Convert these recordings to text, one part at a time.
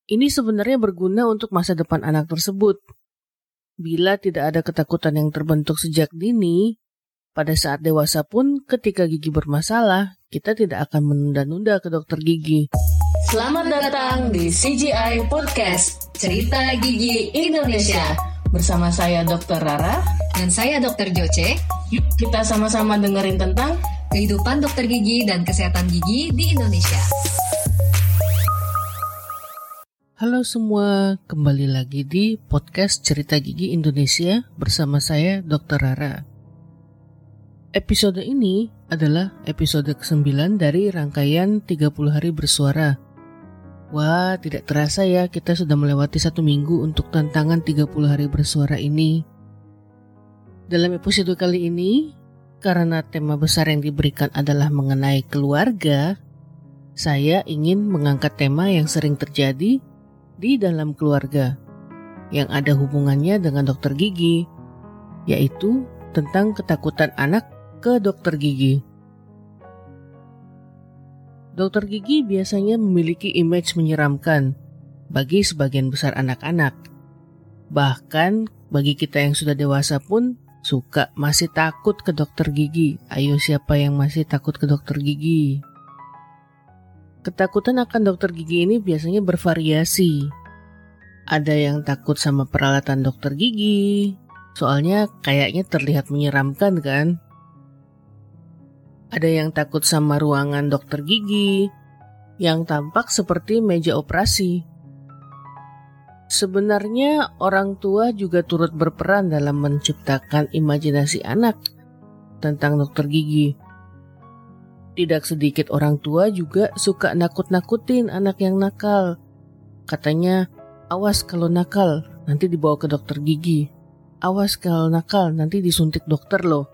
Ini sebenarnya berguna untuk masa depan anak tersebut. Bila tidak ada ketakutan yang terbentuk sejak dini, pada saat dewasa pun ketika gigi bermasalah, kita tidak akan menunda-nunda ke dokter gigi. Selamat datang di CGI Podcast, Cerita Gigi Indonesia. Bersama saya Dr. Rara dan saya Dr. Joce. Yuk kita sama-sama dengerin tentang kehidupan dokter gigi dan kesehatan gigi di Indonesia. Halo semua, kembali lagi di podcast Cerita Gigi Indonesia bersama saya Dr. Rara. Episode ini adalah episode ke-9 dari rangkaian 30 hari bersuara. Wah, tidak terasa ya kita sudah melewati 1 minggu untuk tantangan 30 hari bersuara ini. Dalam episode kali ini, karena tema besar yang diberikan adalah mengenai keluarga, saya ingin mengangkat tema yang sering terjadi di dalam keluarga yang ada hubungannya dengan dokter gigi, yaitu tentang ketakutan anak ke dokter gigi. Dokter gigi biasanya memiliki image menyeramkan bagi sebagian besar anak-anak. Bahkan bagi kita yang sudah dewasa pun suka masih takut ke dokter gigi. Ayo, siapa yang masih takut ke dokter gigi? Ketakutan akan dokter gigi ini biasanya bervariasi. Ada yang takut sama peralatan dokter gigi, soalnya kayaknya terlihat menyeramkan kan? Ada yang takut sama ruangan dokter gigi, yang tampak seperti meja operasi. Sebenarnya orang tua juga turut berperan dalam menciptakan imajinasi anak tentang dokter gigi. Tidak sedikit orang tua juga suka nakut-nakutin anak yang nakal. Katanya, awas kalau nakal, nanti dibawa ke dokter gigi. Awas kalau nakal, nanti disuntik dokter loh.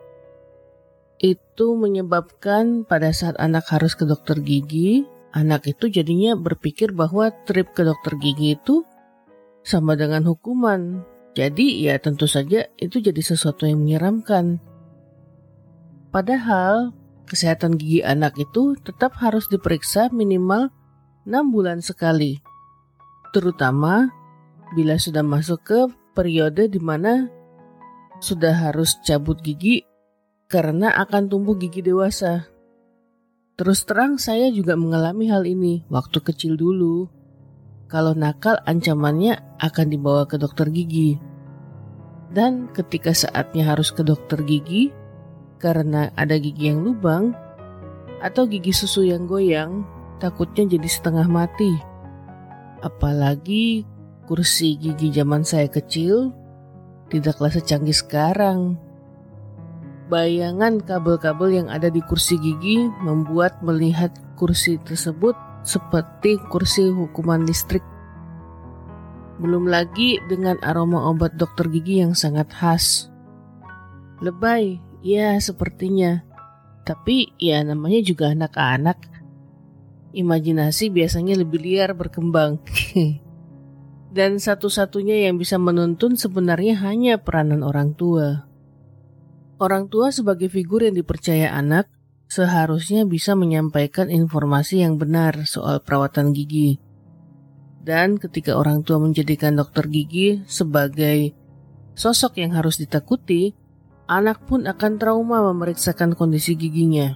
Itu menyebabkan pada saat anak harus ke dokter gigi, anak itu jadinya berpikir bahwa trip ke dokter gigi itu sama dengan hukuman. Jadi ya tentu saja itu jadi sesuatu yang menyeramkan. Padahal kesehatan gigi anak itu tetap harus diperiksa minimal 6 bulan sekali. Terutama bila sudah masuk ke periode di mana sudah harus cabut gigi karena akan tumbuh gigi dewasa. Terus terang saya juga mengalami hal ini waktu kecil dulu. Kalau nakal ancamannya akan dibawa ke dokter gigi. Dan ketika saatnya harus ke dokter gigi, karena ada gigi yang lubang atau gigi susu yang goyang, takutnya jadi setengah mati. Apalagi kursi gigi zaman saya kecil tidaklah secanggih sekarang. Bayangan kabel-kabel yang ada di kursi gigi membuat melihat kursi tersebut seperti kursi hukuman listrik. Belum lagi dengan aroma obat dokter gigi yang sangat khas. Lebay. Ya, sepertinya. Tapi ya namanya juga anak-anak. Imajinasi biasanya lebih liar berkembang. Dan satu-satunya yang bisa menuntun sebenarnya hanya peranan orang tua. Orang tua sebagai figur yang dipercaya anak seharusnya bisa menyampaikan informasi yang benar soal perawatan gigi. Dan ketika orang tua menjadikan dokter gigi sebagai sosok yang harus ditakuti, anak pun akan trauma memeriksakan kondisi giginya.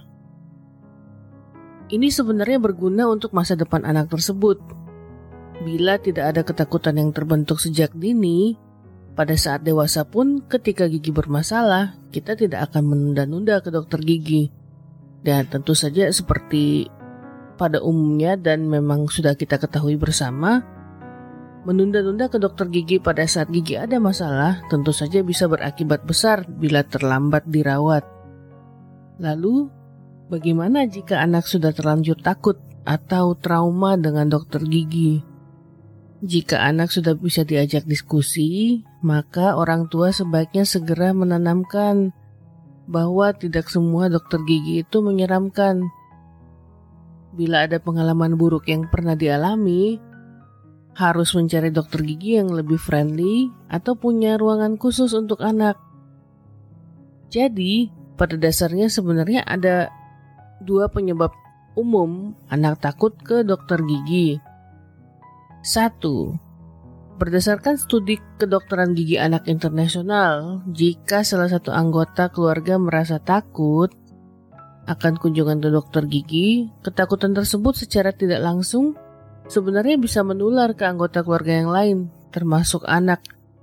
Ini sebenarnya berguna untuk masa depan anak tersebut. Bila tidak ada ketakutan yang terbentuk sejak dini, pada saat dewasa pun ketika gigi bermasalah, kita tidak akan menunda-nunda ke dokter gigi. Dan tentu saja seperti pada umumnya dan memang sudah kita ketahui bersama, menunda-nunda ke dokter gigi pada saat gigi ada masalah tentu saja bisa berakibat besar bila terlambat dirawat. Lalu, bagaimana jika anak sudah terlanjur takut atau trauma dengan dokter gigi? Jika anak sudah bisa diajak diskusi, maka orang tua sebaiknya segera menanamkan bahwa tidak semua dokter gigi itu menyeramkan. Bila ada pengalaman buruk yang pernah dialami, harus mencari dokter gigi yang lebih friendly atau punya ruangan khusus untuk anak. Jadi, pada dasarnya sebenarnya ada 2 penyebab umum anak takut ke dokter gigi. 1. Berdasarkan studi kedokteran gigi anak internasional, jika salah satu anggota keluarga merasa takut akan kunjungan ke dokter gigi, ketakutan tersebut secara tidak langsung sebenarnya bisa menular ke anggota keluarga yang lain, termasuk anak.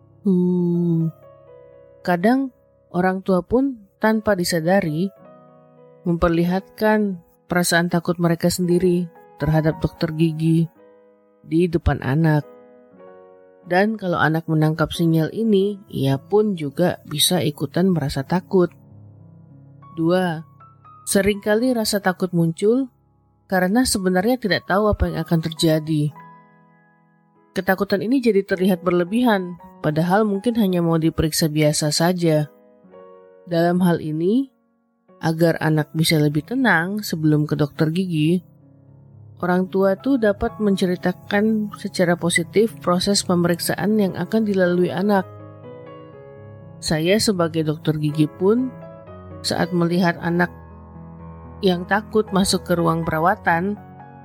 Kadang orang tua pun tanpa disadari memperlihatkan perasaan takut mereka sendiri terhadap dokter gigi di depan anak. Dan kalau anak menangkap sinyal ini, ia pun juga bisa ikutan merasa takut. 2. Seringkali rasa takut muncul karena sebenarnya tidak tahu apa yang akan terjadi. Ketakutan ini jadi terlihat berlebihan, padahal mungkin hanya mau diperiksa biasa saja. Dalam hal ini, agar anak bisa lebih tenang sebelum ke dokter gigi, orang tua tuh dapat menceritakan secara positif proses pemeriksaan yang akan dilalui anak. Saya sebagai dokter gigi pun saat melihat anak yang takut masuk ke ruang perawatan,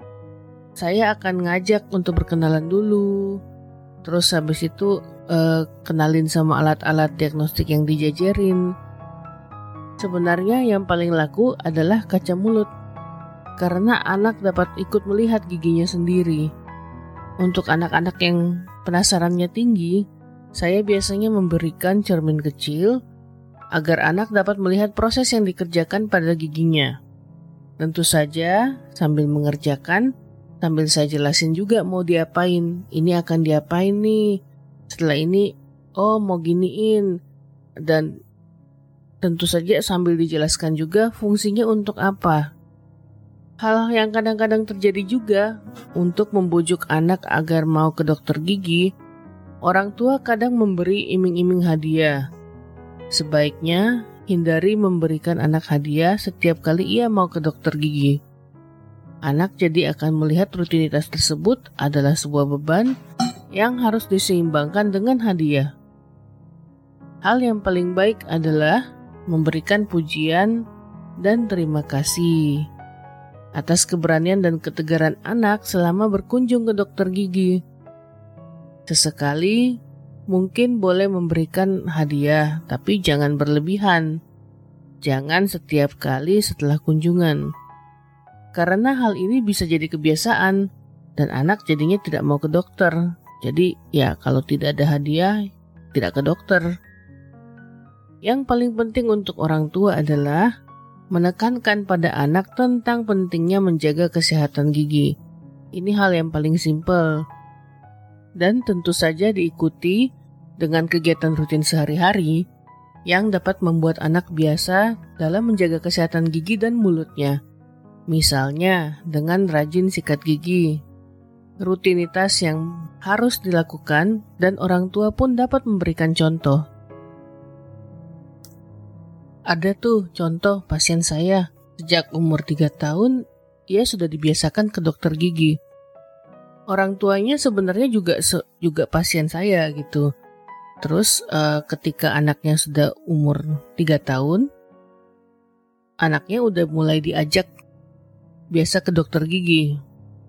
saya akan ngajak untuk berkenalan dulu. Terus habis itu kenalin sama alat-alat diagnostik yang dijajarin. Sebenarnya yang paling laku adalah kaca mulut, karena anak dapat ikut melihat giginya sendiri. Untuk anak-anak yang penasarannya tinggi, saya biasanya memberikan cermin kecil agar anak dapat melihat proses yang dikerjakan pada giginya. Tentu saja sambil mengerjakan, sambil saya jelasin juga mau diapain. Ini akan diapain nih. Setelah ini, mau giniin. Dan tentu saja sambil dijelaskan juga fungsinya untuk apa. Hal yang kadang-kadang terjadi juga untuk membujuk anak agar mau ke dokter gigi, orang tua kadang memberi iming-iming hadiah. Sebaiknya hindari memberikan anak hadiah setiap kali ia mau ke dokter gigi. Anak jadi akan melihat rutinitas tersebut adalah sebuah beban yang harus diseimbangkan dengan hadiah. Hal yang paling baik adalah memberikan pujian dan terima kasih atas keberanian dan ketegaran anak selama berkunjung ke dokter gigi. Sesekali mungkin boleh memberikan hadiah, tapi jangan berlebihan. Jangan setiap kali setelah kunjungan. Karena hal ini bisa jadi kebiasaan dan anak jadinya tidak mau ke dokter. Jadi ya kalau tidak ada hadiah, tidak ke dokter. Yang paling penting untuk orang tua adalah menekankan pada anak tentang pentingnya menjaga kesehatan gigi. Ini hal yang paling simpel. Dan tentu saja diikuti dengan kegiatan rutin sehari-hari yang dapat membuat anak biasa dalam menjaga kesehatan gigi dan mulutnya. Misalnya dengan rajin sikat gigi. Rutinitas yang harus dilakukan dan orang tua pun dapat memberikan contoh. Ada tuh contoh pasien saya, sejak umur 3 tahun, ia sudah dibiasakan ke dokter gigi. Orang tuanya sebenarnya juga pasien saya gitu. Terus ketika anaknya sudah umur 3 tahun, anaknya udah mulai diajak biasa ke dokter gigi.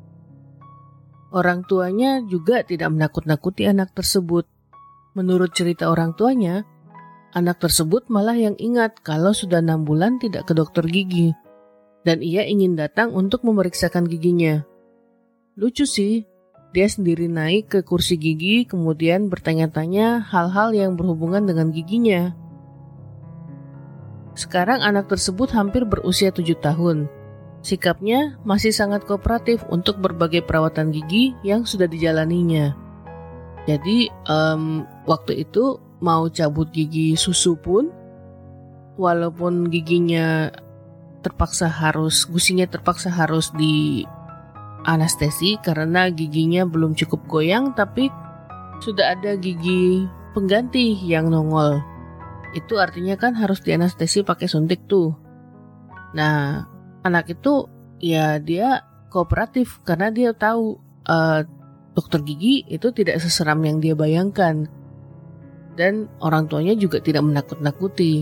Orang tuanya juga tidak menakut-nakuti anak tersebut. Menurut cerita orang tuanya, anak tersebut malah yang ingat kalau sudah 6 bulan tidak ke dokter gigi dan ia ingin datang untuk memeriksakan giginya. Lucu sih, dia sendiri naik ke kursi gigi kemudian bertanya-tanya hal-hal yang berhubungan dengan giginya. Sekarang anak tersebut hampir berusia 7 tahun. Sikapnya masih sangat kooperatif untuk berbagai perawatan gigi yang sudah dijalaninya. Jadi waktu itu mau cabut gigi susu pun, walaupun gusinya terpaksa harus di anestesi karena giginya belum cukup goyang, tapi sudah ada gigi pengganti yang nongol. Itu artinya kan harus dianestesi pakai suntik tuh. Nah, anak itu ya dia kooperatif karena dia tahu dokter gigi itu tidak seseram yang dia bayangkan. Dan orang tuanya juga tidak menakut-nakuti.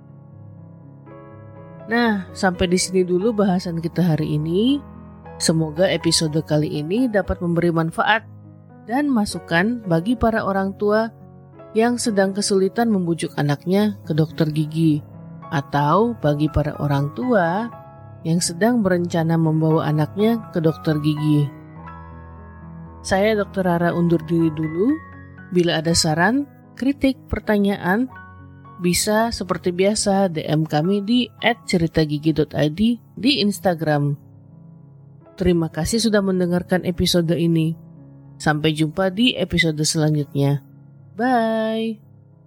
Nah, sampai di sini dulu bahasan kita hari ini. Semoga episode kali ini dapat memberi manfaat dan masukan bagi para orang tua yang sedang kesulitan membujuk anaknya ke dokter gigi, atau bagi para orang tua yang sedang berencana membawa anaknya ke dokter gigi. Saya Dr. Rara undur diri dulu. Bila ada saran, kritik, pertanyaan, bisa seperti biasa DM kami di @ceritagigi.id di Instagram. Terima kasih sudah mendengarkan episode ini. Sampai jumpa di episode selanjutnya. Bye.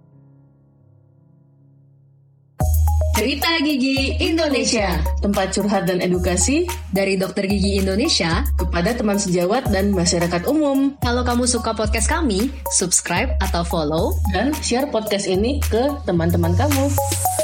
Cerita Gigi Indonesia, tempat curhat dan edukasi Dari Dokter Gigi Indonesia, kepada teman sejawat dan masyarakat umum. kalau kamu suka podcast kami, subscribe atau follow. Dan share podcast ini ke teman-teman kamu.